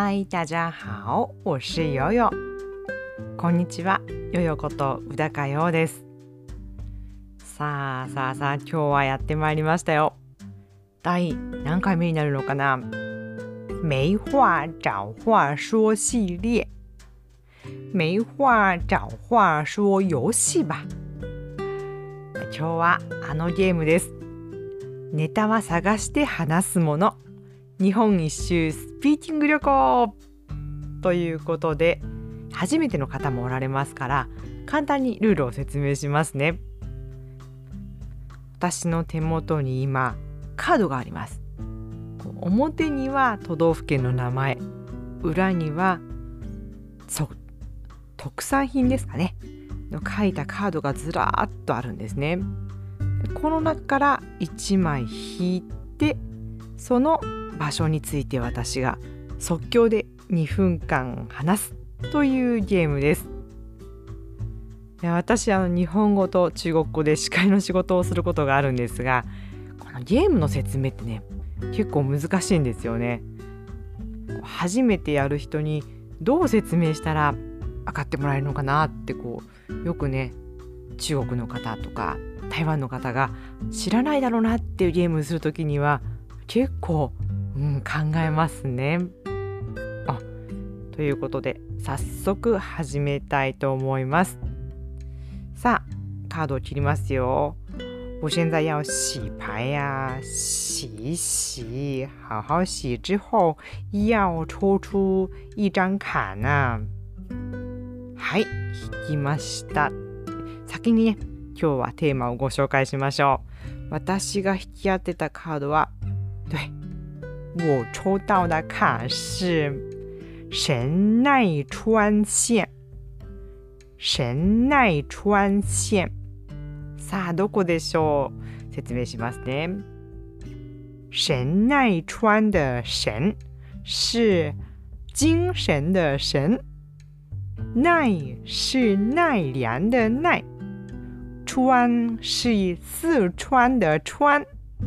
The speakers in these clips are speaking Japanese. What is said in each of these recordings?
嗨，大家好，我是ヨヨ。こんにちは、ヨヨこと宇高陽です。さあ、今日はやってまいりましたよ。第何回目になるのかな。没话找话说系列。没話找話說遊戲吧。今日はあのゲームです。ネタは探して話すもの。日本一周スピーキング旅行ということで、初めての方もおられますから簡単にルールを説明しますね。私の手元に今カードがあります。表には都道府県の名前、裏には特産品ですかねの書いたカードがずらーっとあるんですね。この中から1枚引いて、その場所について私が即興で2分間話すというゲームです。私日本語と中国語で司会の仕事をすることがあるんですが、このゲームの説明ってね、結構難しいんですよね。初めてやる人にどう説明したら分かってもらえるのかなってよくね、中国の方とか台湾の方が知らないだろうなっていうゲームするときには結構、考えますね。ということで早速始めたいと思います。さあ、カードを切りますよ。我现在要洗牌呀，洗一洗，好好洗之后要抽出一张卡呢。はい、引きました。先にね、今日はテーマをご紹介しましょう。私が引き当てたカードは、我抽到的卡是神奈川县。神奈川县。さあ、どこでしょう。説明しますね。神奈川的神是精神的神。奈是奈良的奈，川是四川的川。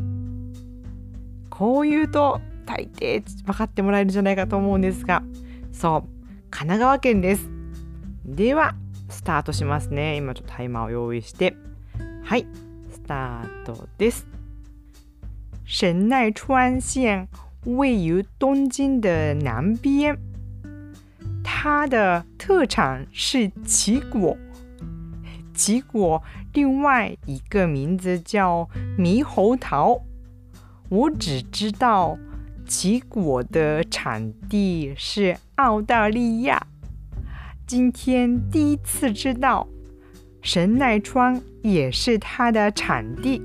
こう言うと大抵分かってもらえるんじゃないかと思うんですが、そう、神奈川県です。ではスタートしますね。今ちょっとタイマーを用意して、はい、スタートです。神奈川县位于东京的南边，它的特产是奇果。奇果另外一个名字叫猕猴桃。我只知道奇果的产地是澳大利亚，今天第一次知道神奈川也是它的产地。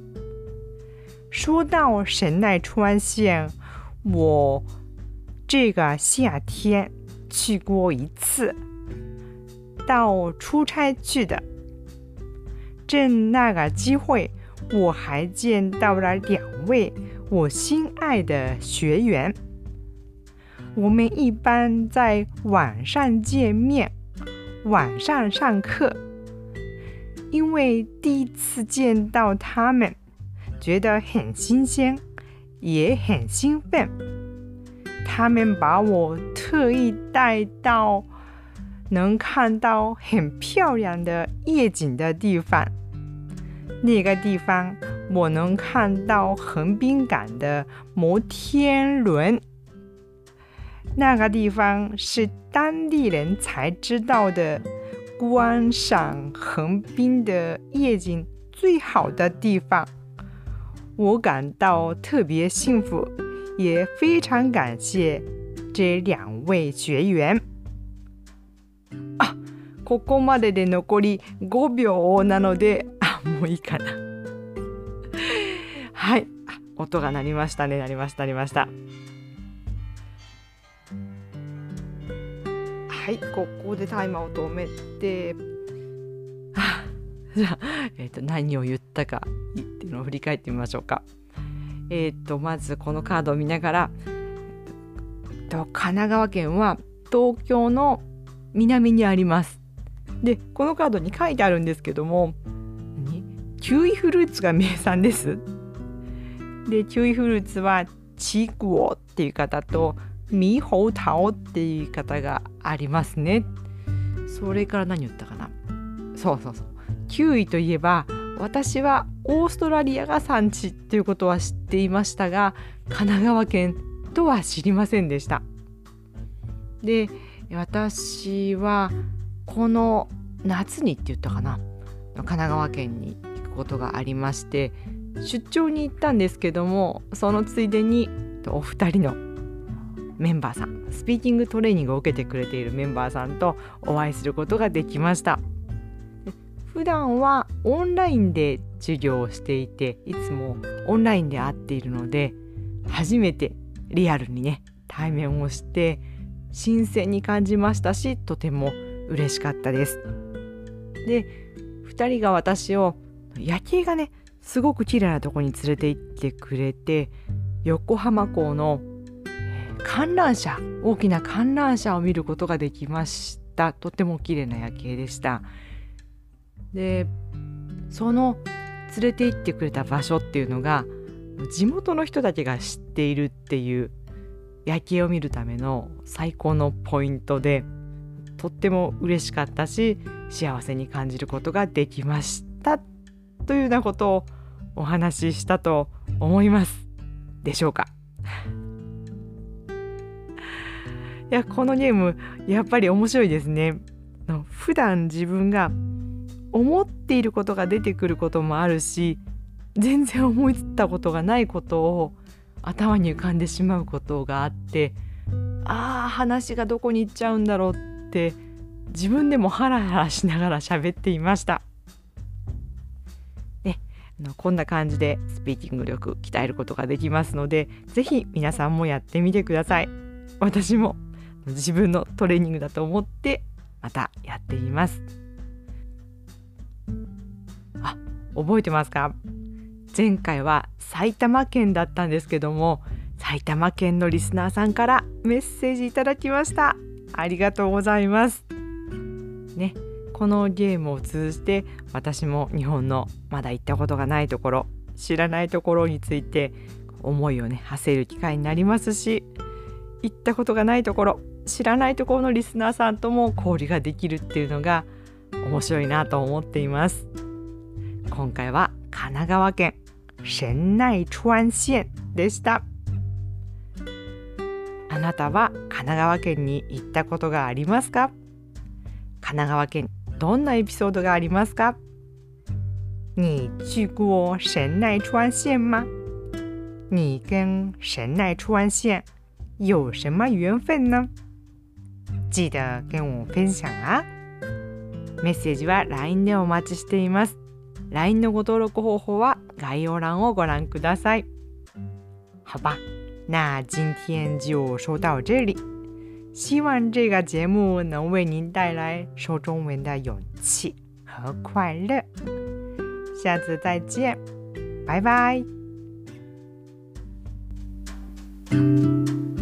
说到神奈川县，我这个夏天去过一次，到出差去的。趁那个机会，我还见到了2位我心爱的学员。我们一般在晚上见面，晚上上课。因为第一次见到他们，觉得很新鲜，也很兴奋。他们把我特意带到能看到很漂亮的夜景的地方。那个地方我能看到横滨港的摩天轮。那个地方是当地人才知道的观赏横滨的夜景最好的地方。我感到特别幸福，也非常感谢这2位学員。ここまでで残り5秒なので、もういいかな。はい、音が鳴りましたね。鳴りました。はい、ここでタイマーを止めて、じゃあ、何を言ったかっていうのを振り返ってみましょうか。まずこのカードを見ながら、神奈川県は東京の南にあります。で、このカードに書いてあるんですけども、キウイフルーツが名産です。で、キウイフルーツはチークオっていう方と猕猴桃っていう言い方がありますね。それから何言ったかな。そうキウイといえば、私はオーストラリアが産地ということは知っていましたが、神奈川県とは知りませんでした。で、私はこの夏にって言ったかな、神奈川県に行くことがありまして、出張に行ったんですけども、そのついでにお二人のメンバーさん、スピーキングトレーニングを受けてくれているメンバーさんとお会いすることができました。普段はオンラインで授業をしていて、いつもオンラインで会っているので、初めてリアルにね対面をして新鮮に感じましたし、とても嬉しかったです。で、2人が私を夜景がねすごく綺麗なところに連れて行ってくれて、横浜港の観覧車、大きな観覧車を見ることができました。とても綺麗な夜景でした。で、その連れて行ってくれた場所っていうのが地元の人たちが知っているっていう夜景を見るための最高のポイントで、とっても嬉しかったし幸せに感じることができましたというようなことをお話ししたと思いますでしょうか。いや、このゲームやっぱり面白いですね。普段自分が思っていることが出てくることもあるし、全然思いつったことがないことを頭に浮かんでしまうことがあって、話がどこに行っちゃうんだろうって自分でもハラハラしながら喋っていました。ね、こんな感じでスピーキング力鍛えることができますので、ぜひ皆さんもやってみてください。私も自分のトレーニングだと思ってまたやっています。覚えてますか？前回は埼玉県だったんですけども、埼玉県のリスナーさんからメッセージいただきました。ありがとうございますね。このゲームを通じて私も日本のまだ行ったことがないところ、知らないところについて思いをね馳せる機会になりますし、行ったことがないところ、知らないところのリスナーさんとも交流ができるっていうのが面白いなと思っています。今回は神奈川県神奈川县でした。あなたは神奈川県に行ったことがありますか？神奈川県どんなエピソードがありますか？你去过神奈川县吗？你跟神奈川县有什么缘分呢？記得跟我分享啊。メッセージは LINE でお待ちしています。LINE のご登録方法は概要栏をご覧ください。好吧，那今天就说到这里。希望这个节目能为您带来说中文的勇气和快乐。下次再见，拜拜。